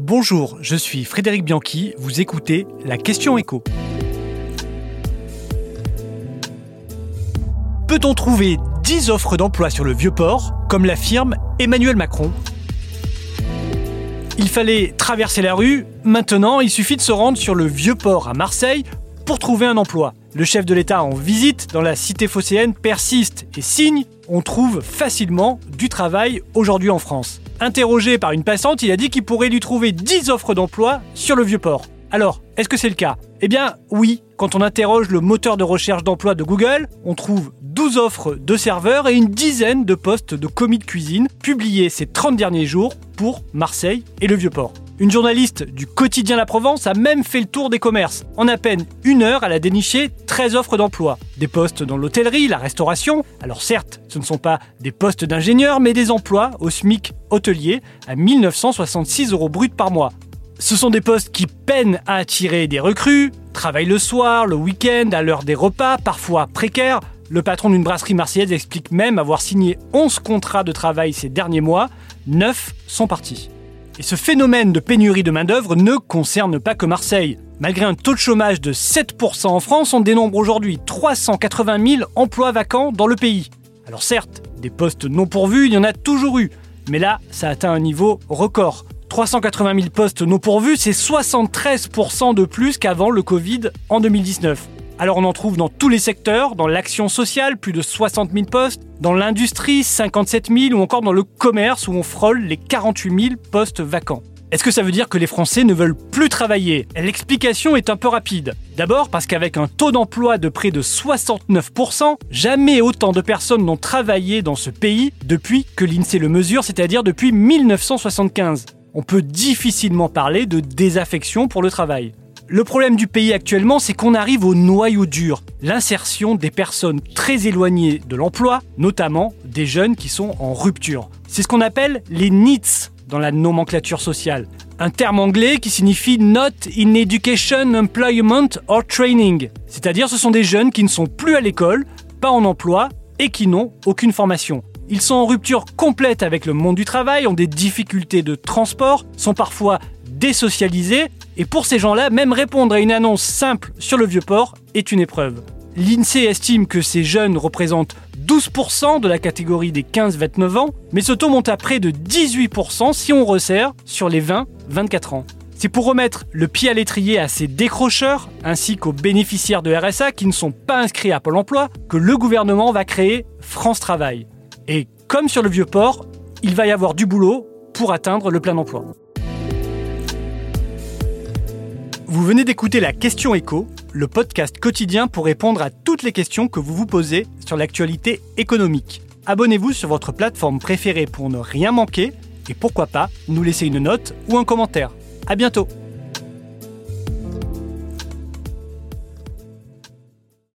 Bonjour, je suis Frédéric Bianchi, vous écoutez La Question Éco. Peut-on trouver 10 offres d'emploi sur le Vieux-Port, comme l'affirme Emmanuel Macron ? Il fallait traverser la rue, maintenant il suffit de se rendre sur le Vieux-Port à Marseille pour trouver un emploi. Le chef de l'État en visite dans la cité phocéenne persiste et signe, on trouve facilement du travail aujourd'hui en France. Interrogé par une passante, il a dit qu'il pourrait lui trouver 10 offres d'emploi sur le Vieux-Port. Alors, est-ce que c'est le cas ? Eh bien, oui. Quand on interroge le moteur de recherche d'emploi de Google, on trouve 12 offres de serveurs et une dizaine de postes de commis de cuisine publiés ces 30 derniers jours pour Marseille et le Vieux-Port. Une journaliste du quotidien La Provence a même fait le tour des commerces. En à peine une heure, elle a déniché 13 offres d'emploi. Des postes dans l'hôtellerie, la restauration. Alors certes, ce ne sont pas des postes d'ingénieurs, mais des emplois au SMIC hôtelier à 1 966 € brut par mois. Ce sont des postes qui peinent à attirer des recrues, travaillent le soir, le week-end, à l'heure des repas, parfois précaires. Le patron d'une brasserie marseillaise explique même avoir signé 11 contrats de travail ces derniers mois, 9 sont partis. Et ce phénomène de pénurie de main-d'œuvre ne concerne pas que Marseille. Malgré un taux de chômage de 7% en France, on dénombre aujourd'hui 380 000 emplois vacants dans le pays. Alors certes, des postes non pourvus, il y en a toujours eu. Mais là, ça atteint un niveau record. 380 000 postes non pourvus, c'est 73% de plus qu'avant le Covid en 2019. Alors on en trouve dans tous les secteurs, dans l'action sociale, plus de 60 000 postes, dans l'industrie, 57 000, ou encore dans le commerce où on frôle les 48 000 postes vacants. Est-ce que ça veut dire que les Français ne veulent plus travailler ? L'explication est un peu rapide. D'abord parce qu'avec un taux d'emploi de près de 69%, jamais autant de personnes n'ont travaillé dans ce pays depuis que l'INSEE le mesure, c'est-à-dire depuis 1975. On peut difficilement parler de désaffection pour le travail. Le problème du pays actuellement, c'est qu'on arrive au noyau dur, l'insertion des personnes très éloignées de l'emploi, notamment des jeunes qui sont en rupture. C'est ce qu'on appelle les NEETs dans la nomenclature sociale. Un terme anglais qui signifie Not in Education, Employment or Training. C'est-à-dire ce sont des jeunes qui ne sont plus à l'école, pas en emploi et qui n'ont aucune formation. Ils sont en rupture complète avec le monde du travail, ont des difficultés de transport, sont parfois désocialisés, et pour ces gens-là, même répondre à une annonce simple sur le Vieux-Port est une épreuve. L'INSEE estime que ces jeunes représentent 12% de la catégorie des 15-29 ans, mais ce taux monte à près de 18% si on resserre sur les 20-24 ans. C'est pour remettre le pied à l'étrier à ces décrocheurs, ainsi qu'aux bénéficiaires de RSA qui ne sont pas inscrits à Pôle emploi, que le gouvernement va créer France Travail. Et comme sur le Vieux-Port, il va y avoir du boulot pour atteindre le plein emploi. Vous venez d'écouter La Question Éco, le podcast quotidien pour répondre à toutes les questions que vous vous posez sur l'actualité économique. Abonnez-vous sur votre plateforme préférée pour ne rien manquer et pourquoi pas nous laisser une note ou un commentaire. À bientôt.